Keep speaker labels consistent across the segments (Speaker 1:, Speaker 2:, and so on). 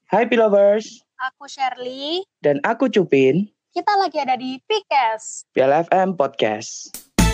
Speaker 1: Hai Pilovers,
Speaker 2: Aku Shirley.
Speaker 1: dan aku Cupin,
Speaker 2: Kita lagi ada di Pikes.
Speaker 1: PLFM Podcast.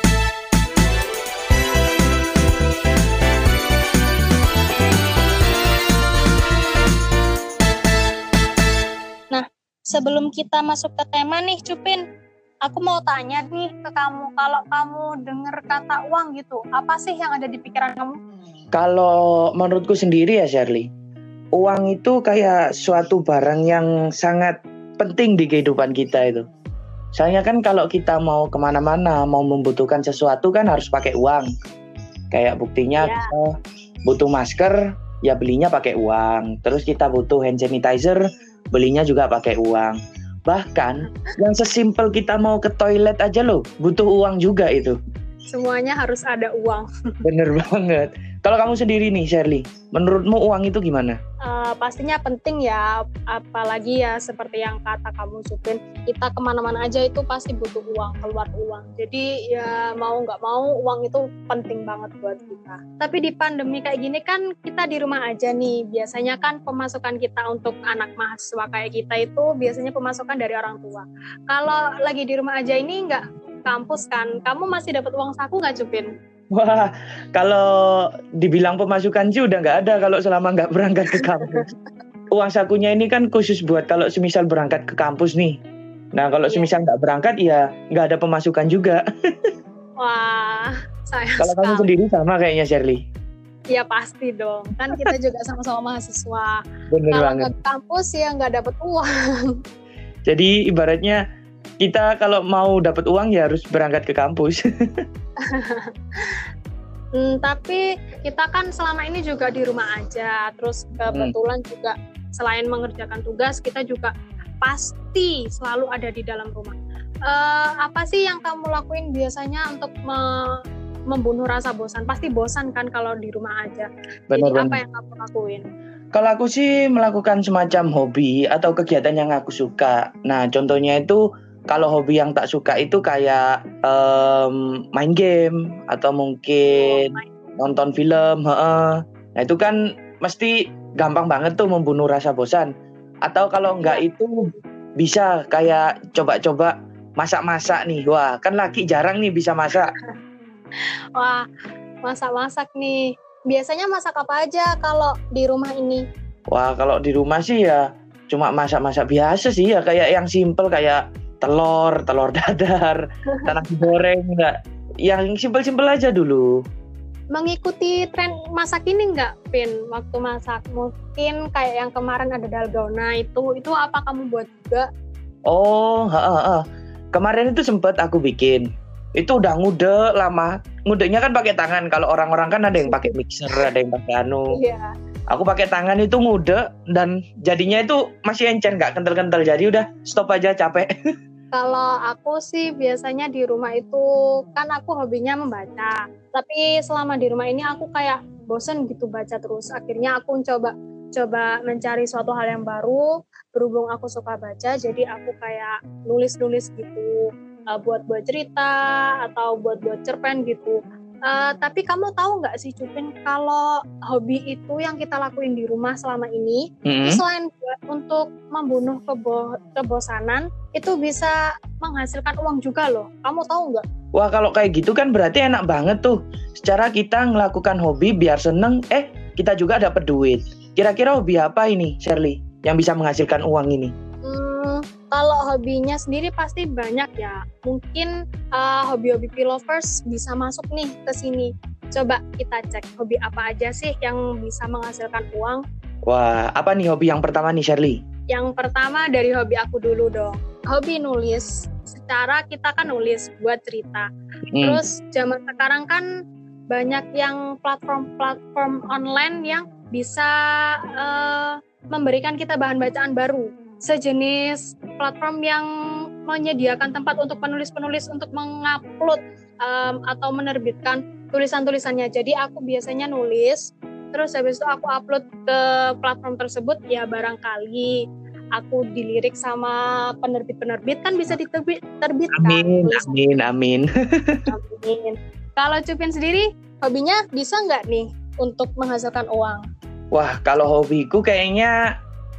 Speaker 2: Nah, sebelum kita masuk ke tema nih Cupin, aku mau tanya nih ke kamu, kalau kamu dengar kata uang gitu, apa sih yang ada di pikiran kamu?
Speaker 1: Kalau menurutku sendiri ya Shirley, uang itu kayak suatu barang yang sangat penting di kehidupan kita itu. Soalnya kan kalau kita mau kemana-mana, mau membutuhkan sesuatu kan harus pakai uang. Kayak buktinya kita butuh masker, ya belinya pakai uang. Terus kita butuh hand sanitizer, belinya juga pakai uang. Bahkan yang sesimpel kita mau ke toilet aja loh, butuh uang juga itu.
Speaker 2: Semuanya harus ada uang.
Speaker 1: Bener banget. Kalau kamu sendiri nih Shirley, menurutmu uang itu gimana?
Speaker 2: Pastinya penting ya, apalagi ya seperti yang kata kamu Cupin, kita kemana-mana aja itu pasti butuh uang, keluar uang. Jadi ya mau nggak mau uang itu penting banget buat kita. Tapi di pandemi kayak gini kan kita di rumah aja nih, biasanya kan pemasukan kita untuk anak mahasiswa kayak kita itu biasanya pemasukan dari orang tua. Kalau lagi di rumah aja ini nggak kampus kan, kamu masih dapat uang saku nggak Cupin?
Speaker 1: Wah, kalau dibilang pemasukan sih udah nggak ada kalau selama nggak berangkat ke kampus. Uang sakunya ini kan khusus buat kalau semisal berangkat ke kampus nih. Nah, kalau semisal nggak berangkat ya nggak ada pemasukan juga.
Speaker 2: Wah, sayang
Speaker 1: Kalau kamu
Speaker 2: sekali.
Speaker 1: sendiri sama kayaknya Shirley.
Speaker 2: Ya pasti dong, kan kita juga sama-sama mahasiswa.
Speaker 1: Bener
Speaker 2: Kalau
Speaker 1: banget.
Speaker 2: nggak ke kampus ya nggak dapat uang.
Speaker 1: Jadi ibaratnya kita kalau mau dapat uang ya harus berangkat ke kampus.
Speaker 2: Tapi kita kan selama ini juga di rumah aja, terus kebetulan juga selain mengerjakan tugas, kita juga pasti selalu ada di dalam rumah. Apa sih yang kamu lakuin biasanya untuk membunuh rasa bosan? Pasti bosan kan kalau di rumah aja.
Speaker 1: Bener
Speaker 2: Jadi apa
Speaker 1: banget.
Speaker 2: yang kamu lakuin?
Speaker 1: Kalau aku sih melakukan semacam hobi atau kegiatan yang aku suka. Nah, contohnya itu kalau hobi yang tak suka itu kayak main game atau mungkin nonton film. Nah, itu kan mesti gampang banget tuh membunuh rasa bosan. Atau kalau enggak itu bisa kayak coba-coba masak-masak nih. Wah, kan laki jarang nih bisa masak.
Speaker 2: Wah, masak-masak nih. Biasanya masak apa aja kalau di rumah ini?
Speaker 1: Wah, kalau di rumah sih ya cuma masak-masak biasa sih ya, kayak yang simple kayak telur dadar, nasi goreng, enggak. Yang simpel-simpel aja dulu.
Speaker 2: Mengikuti tren masak ini nggak, Pin? Waktu masak mungkin kayak yang kemarin ada dalgona itu apa kamu buat juga?
Speaker 1: Oh, kemarin itu sempat aku bikin. Itu udah ngudek lama. Ngudeknya kan pakai tangan. Kalau orang-orang kan ada yang pakai mixer, ada yang pakai anu.
Speaker 2: Iya.
Speaker 1: Aku pakai tangan itu ngudek dan jadinya itu masih encer, nggak kental-kental. Jadi udah stop aja, capek.
Speaker 2: Kalau aku sih biasanya di rumah itu kan aku hobinya membaca. Tapi selama di rumah ini aku kayak bosen gitu baca terus. Akhirnya aku coba mencari suatu hal yang baru. Berhubung aku suka baca, jadi aku kayak nulis-nulis gitu. Buat cerita atau buat cerpen gitu. Tapi kamu tahu nggak sih Cupin, kalau hobi itu yang kita lakuin di rumah selama ini, itu selain buat untuk membunuh kebosanan, itu bisa menghasilkan uang juga loh. Kamu tahu nggak?
Speaker 1: Wah, kalau kayak gitu kan berarti enak banget tuh. Secara kita melakukan hobi biar seneng, kita juga dapat duit. Kira-kira hobi apa ini, Shirley, yang bisa menghasilkan uang ini?
Speaker 2: Kalau hobinya sendiri pasti banyak ya. Mungkin hobi-hobi Pilovers bisa masuk nih ke sini. Coba kita cek hobi apa aja sih yang bisa menghasilkan uang.
Speaker 1: Wah, apa nih hobi yang pertama nih, Shirley?
Speaker 2: Yang pertama dari hobi aku dulu dong. Hobi nulis. Secara kita kan nulis buat cerita. Terus zaman sekarang kan banyak yang platform online yang bisa memberikan kita bahan bacaan baru. Sejenis platform yang menyediakan tempat untuk penulis-penulis untuk mengupload atau menerbitkan tulisan-tulisannya. Jadi aku biasanya nulis, terus habis itu aku upload ke platform tersebut, ya barangkali aku dilirik sama penerbit-penerbit kan bisa diterbitkan.
Speaker 1: Amin.
Speaker 2: Amin. Kalau Cupin sendiri, hobinya bisa nggak nih untuk menghasilkan uang?
Speaker 1: Wah, kalau hobiku kayaknya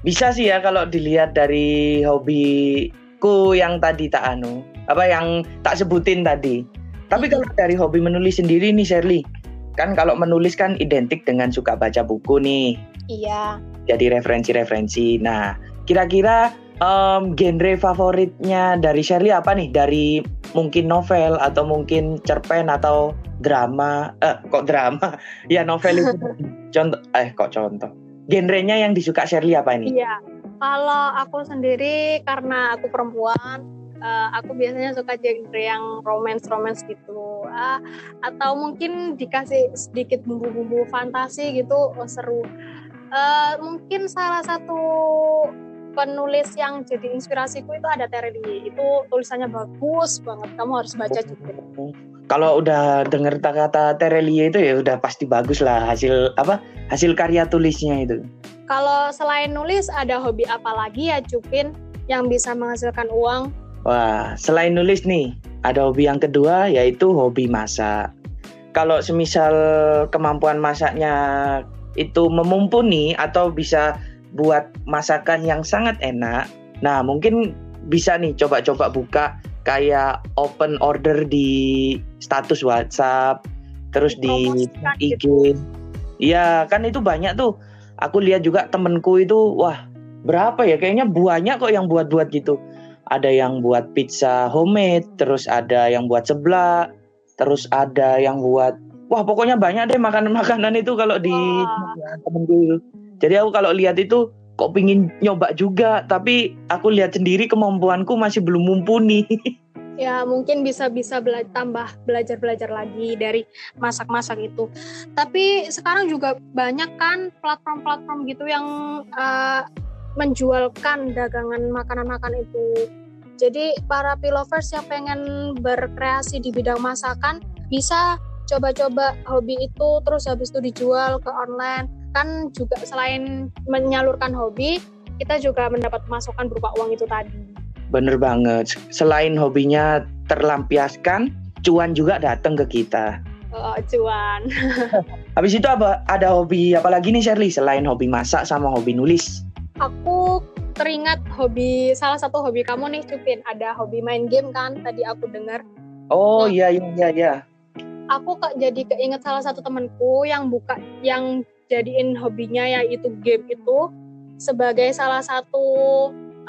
Speaker 1: Bisa sih ya kalau dilihat dari hobiku yang tadi yang tak sebutin tadi. Tapi kalau dari hobi menulis sendiri nih Shirley, kan kalau menulis kan identik dengan suka baca buku nih.
Speaker 2: Iya.
Speaker 1: Jadi referensi-referensi. Nah, kira-kira genre favoritnya dari Shirley apa nih? Dari mungkin novel atau mungkin cerpen atau drama? Kok drama? Ya novel itu. Contoh. Genrenya yang disuka Shirley apa ini?
Speaker 2: Iya, kalau aku sendiri karena aku perempuan, aku biasanya suka genre yang romance gitu, atau mungkin dikasih sedikit bumbu-bumbu fantasi gitu, seru. Mungkin salah satu penulis yang jadi inspirasiku itu ada Terelie, itu tulisannya bagus banget, kamu harus baca juga.
Speaker 1: Kalau udah denger kata Terelie itu ya udah pasti bagus lah hasil karya tulisnya itu.
Speaker 2: Kalau selain nulis ada hobi apa lagi ya Cupin yang bisa menghasilkan uang?
Speaker 1: Wah, selain nulis nih, ada hobi yang kedua yaitu hobi masak. Kalau semisal kemampuan masaknya itu memumpuni atau bisa buat masakan yang sangat enak, nah mungkin bisa nih coba-coba buka kayak open order di status WhatsApp, terus di IG. Iya, kan itu banyak tuh. Aku lihat juga temenku itu, wah berapa ya? Kayaknya banyak kok yang buat-buat gitu. Ada yang buat pizza homemade, terus ada yang buat seblak, terus ada yang buat, wah pokoknya banyak deh makanan-makanan itu kalau di temenku itu. Jadi aku kalau lihat itu, kok pingin nyoba juga, tapi aku lihat sendiri kemampuanku masih belum mumpuni.
Speaker 2: Ya mungkin bisa belajar lagi dari masak-masak itu. Tapi sekarang juga banyak kan platform-platform gitu yang menjualkan dagangan makanan-makanan itu. Jadi para pilovers yang pengen berkreasi di bidang masakan bisa coba-coba hobi itu, terus habis itu dijual ke online. Kan juga selain menyalurkan hobi, kita juga mendapat masukan berupa uang itu tadi.
Speaker 1: Bener banget. Selain hobinya terlampiaskan, cuan juga datang ke kita.
Speaker 2: Oh, cuan.
Speaker 1: Habis itu ada hobi apa lagi nih Shirley selain hobi masak sama hobi nulis?
Speaker 2: Aku teringat salah satu hobi kamu nih Cupin. Ada hobi main game kan tadi aku dengar.
Speaker 1: Oh iya.
Speaker 2: Aku jadi keinget salah satu temanku yang jadiin hobinya yaitu game itu sebagai salah satu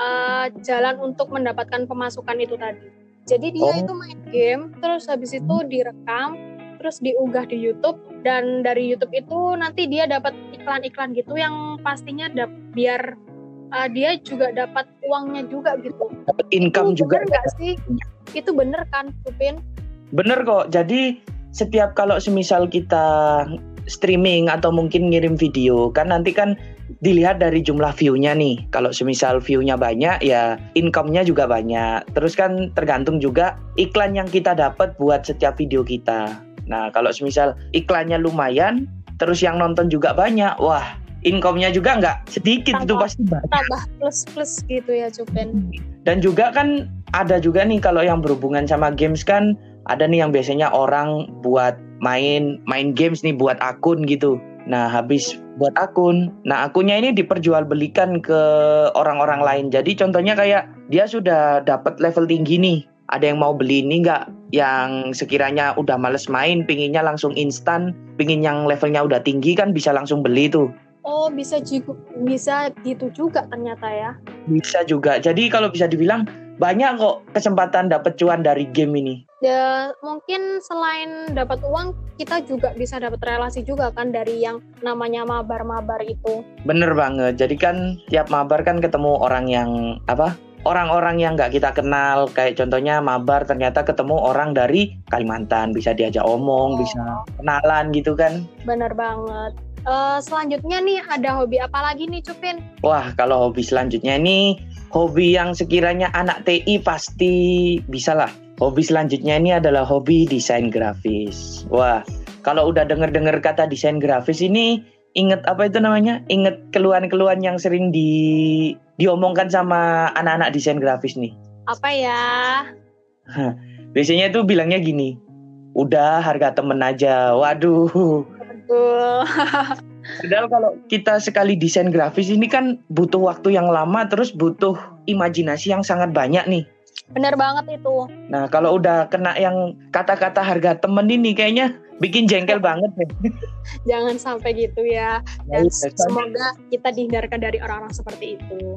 Speaker 2: jalan untuk mendapatkan pemasukan itu tadi. Jadi dia itu main game, terus habis itu direkam, terus diunggah di YouTube, dan dari YouTube itu nanti dia dapat iklan-iklan gitu yang pastinya biar dia juga dapat uangnya juga gitu.
Speaker 1: Dapat income
Speaker 2: itu
Speaker 1: juga.
Speaker 2: Bener nggak sih? Itu bener kan, Cupin?
Speaker 1: Bener kok. Jadi setiap kalau semisal kita streaming atau mungkin ngirim video, kan nanti kan dilihat dari jumlah view-nya nih. Kalau semisal view-nya banyak, ya income-nya juga banyak. Terus kan tergantung juga iklan yang kita dapat buat setiap video kita. Nah, kalau semisal iklannya lumayan, terus yang nonton juga banyak, wah income-nya juga nggak sedikit, itu pasti banyak.
Speaker 2: Tambah plus gitu ya, Cupin.
Speaker 1: Dan juga kan ada juga nih kalau yang berhubungan sama games kan, ada nih yang biasanya orang buat main games nih buat akun gitu. Nah habis buat akun, nah akunnya ini diperjualbelikan ke orang-orang lain. Jadi contohnya kayak dia sudah dapat level tinggi nih, ada yang mau beli ini nggak? Yang sekiranya udah males main, pinginnya langsung instan, pingin yang levelnya udah tinggi kan bisa langsung beli tuh.
Speaker 2: Oh bisa gitu juga ternyata ya.
Speaker 1: Bisa juga, jadi kalau bisa dibilang banyak kok kesempatan dapat cuan dari game ini.
Speaker 2: Ya, mungkin selain dapat uang, kita juga bisa dapat relasi juga kan dari yang namanya mabar-mabar itu.
Speaker 1: Bener banget. Jadi kan tiap mabar kan ketemu orang yang orang-orang yang nggak kita kenal. Kayak contohnya mabar ternyata ketemu orang dari Kalimantan, bisa diajak omong, bisa kenalan gitu kan.
Speaker 2: Bener banget. Selanjutnya nih ada hobi apa lagi nih Cupin?
Speaker 1: Wah, kalau hobi selanjutnya ini hobi yang sekiranya anak TI pasti bisa lah. Hobi selanjutnya ini adalah hobi desain grafis. Wah, kalau udah denger kata desain grafis ini, inget apa itu namanya? Inget keluhan-keluhan yang sering diomongkan sama anak-anak desain grafis nih.
Speaker 2: Apa ya?
Speaker 1: Biasanya tuh bilangnya gini, udah harga temen aja. Waduh. Padahal kalau kita sekali desain grafis ini kan butuh waktu yang lama, terus butuh imajinasi yang sangat banyak nih.
Speaker 2: Bener banget itu.
Speaker 1: Nah kalau udah kena yang kata-kata harga temen ini kayaknya bikin jengkel banget deh.
Speaker 2: Jangan sampai gitu ya. Dan semoga kita dihindarkan dari orang-orang seperti itu.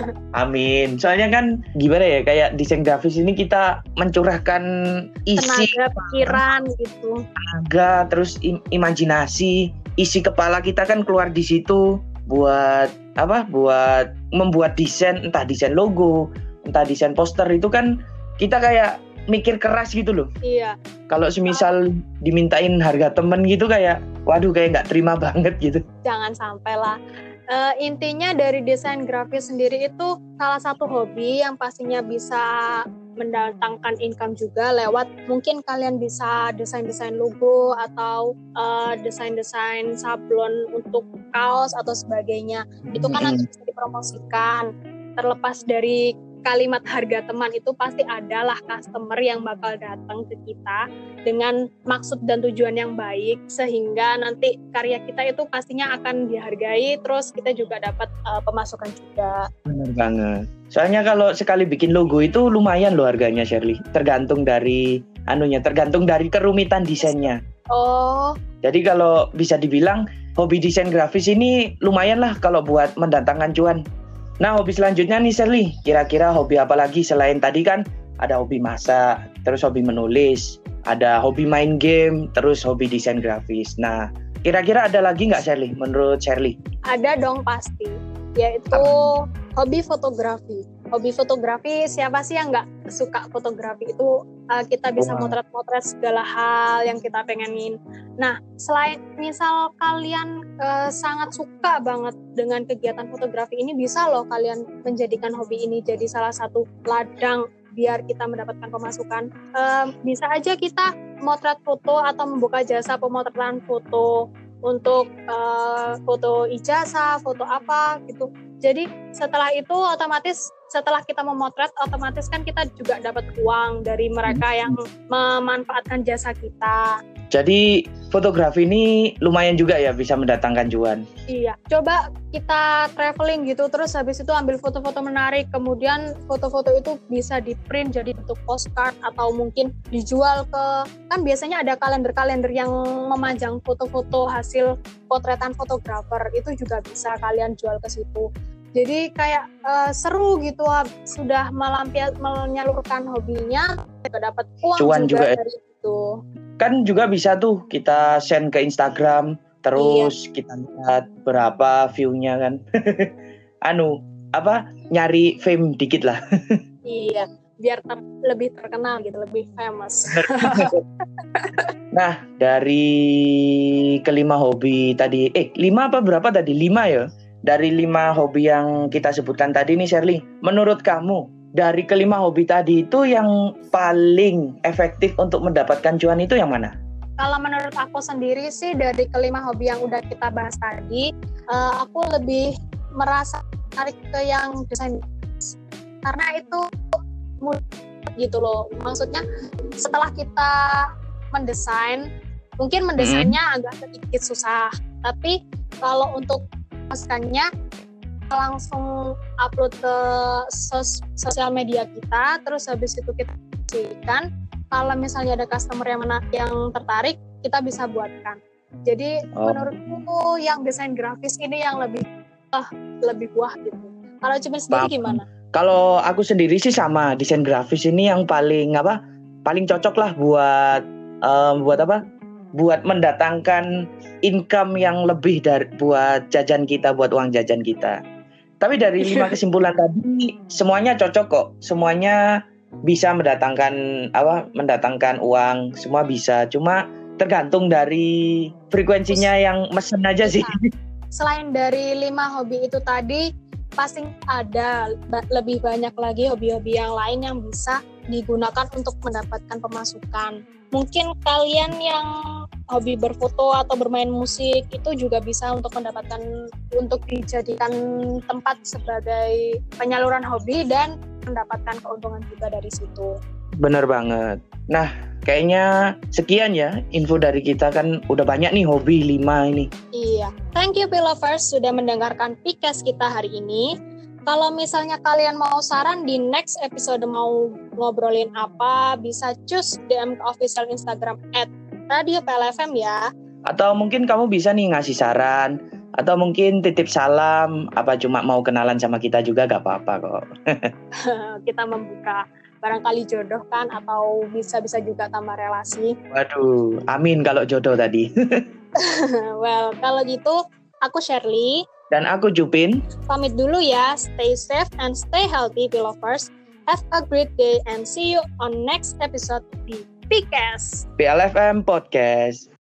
Speaker 1: Amin. Soalnya kan gimana ya, kayak desain grafis ini kita mencurahkan isi
Speaker 2: tenaga, pikiran gitu.
Speaker 1: Tenaga, terus imajinasi, isi kepala kita kan keluar di situ buat apa? Buat membuat desain, entah desain logo, entah desain poster, itu kan kita kayak mikir keras gitu loh.
Speaker 2: Iya.
Speaker 1: Kalau semisal dimintain harga temen gitu kayak, waduh kayak nggak terima banget gitu.
Speaker 2: Jangan sampai lah. Intinya dari desain grafis sendiri itu salah satu hobi yang pastinya bisa mendatangkan income juga lewat mungkin kalian bisa desain-desain logo atau desain-desain sablon untuk kaos atau sebagainya. Itu kan nanti bisa dipromosikan. Terlepas dari kalimat harga teman, itu pasti adalah customer yang bakal datang ke kita dengan maksud dan tujuan yang baik, sehingga nanti karya kita itu pastinya akan dihargai, terus kita juga dapat pemasukan juga.
Speaker 1: Benar banget. Soalnya kalau sekali bikin logo itu lumayan loh harganya, Shirley. Tergantung dari tergantung dari kerumitan desainnya.
Speaker 2: Oh.
Speaker 1: Jadi kalau bisa dibilang hobi desain grafis ini lumayan lah kalau buat mendatangkan cuan. Nah, hobi selanjutnya nih Shirley, kira-kira hobi apa lagi selain tadi kan ada hobi masak, terus hobi menulis, ada hobi main game, terus hobi desain grafis. Nah, kira-kira ada lagi nggak Shirley menurut Shirley?
Speaker 2: Ada dong pasti, yaitu hobi fotografi. Hobi fotografi, siapa sih yang nggak suka fotografi? Itu kita bisa motret-motret segala hal yang kita pengenin. Nah, selain misal kalian sangat suka banget dengan kegiatan fotografi ini, bisa loh kalian menjadikan hobi ini jadi salah satu ladang biar kita mendapatkan pemasukan. Bisa aja kita motret foto atau membuka jasa pemotretan foto untuk foto ijazah, foto apa gitu. Jadi setelah itu otomatis setelah kita memotret, otomatis kan kita juga dapat uang dari mereka yang memanfaatkan jasa kita.
Speaker 1: Jadi fotografi ini lumayan juga ya bisa mendatangkan cuan.
Speaker 2: Iya, coba kita traveling gitu, terus habis itu ambil foto-foto menarik, kemudian foto-foto itu bisa di print jadi bentuk postcard atau mungkin dijual ke, kan biasanya ada kalender-kalender yang memajang foto-foto hasil potretan fotografer, itu juga bisa kalian jual ke situ. Jadi kayak seru gitu, sudah menyalurkan hobinya, dapat uang
Speaker 1: cuan juga
Speaker 2: dari itu.
Speaker 1: Kan juga bisa tuh kita send ke Instagram, terus kita lihat berapa view-nya kan. Nyari fame dikit lah.
Speaker 2: Iya, biar lebih terkenal gitu, lebih famous.
Speaker 1: Nah, dari kelima hobi tadi, 5 apa berapa tadi? 5 ya? Dari 5 hobi yang kita sebutkan tadi nih Shirley, menurut kamu dari kelima hobi tadi itu yang paling efektif untuk mendapatkan cuan itu yang mana?
Speaker 2: Kalau menurut aku sendiri sih dari kelima hobi yang udah kita bahas tadi, aku lebih merasa tarik ke yang desain, karena itu mudah gitu loh. Maksudnya setelah kita mendesain, mungkin mendesainnya agak sedikit susah, tapi kalau untuk pemasukannya langsung upload ke sosial media kita, terus habis itu kita berikan. Kalau misalnya ada customer yang tertarik, kita bisa buatkan. Jadi menurutku yang desain grafis ini yang lebih buah gitu. Kalau Cipin sendiri gimana?
Speaker 1: Kalau aku sendiri sih sama, desain grafis ini yang paling cocok lah buat mendatangkan income yang lebih dari buat jajan kita, buat uang jajan kita. Tapi dari 5 kesimpulan tadi semuanya cocok kok. Semuanya bisa mendatangkan uang, semua bisa. Cuma tergantung dari frekuensinya yang mesen aja sih.
Speaker 2: Selain dari 5 hobi itu tadi, pasti ada lebih banyak lagi hobi-hobi yang lain yang bisa digunakan untuk mendapatkan pemasukan. Mungkin kalian yang hobi berfoto atau bermain musik itu juga bisa untuk dijadikan tempat sebagai penyaluran hobi dan mendapatkan keuntungan juga dari situ.
Speaker 1: Bener banget. Nah, kayaknya sekian ya info dari kita, kan udah banyak nih hobi 5 ini.
Speaker 2: Iya, thank you P-Lovers sudah mendengarkan podcast kita hari ini. Kalau misalnya kalian mau saran di next episode mau ngobrolin apa, bisa choose DM ke official Instagram @radioplfm ya.
Speaker 1: Atau mungkin kamu bisa nih ngasih saran, atau mungkin titip salam, apa cuma mau kenalan sama kita juga gak apa-apa kok.
Speaker 2: Kita membuka barangkali jodoh kan, atau bisa-bisa juga tambah relasi.
Speaker 1: Waduh, amin kalau jodoh tadi.
Speaker 2: Well, kalau gitu aku Shirley.
Speaker 1: Dan aku Jupin.
Speaker 2: Pamit dulu ya, stay safe and stay healthy P-Lovers. Have a great day and see you on next episode di PCast.
Speaker 1: PLFM Podcast.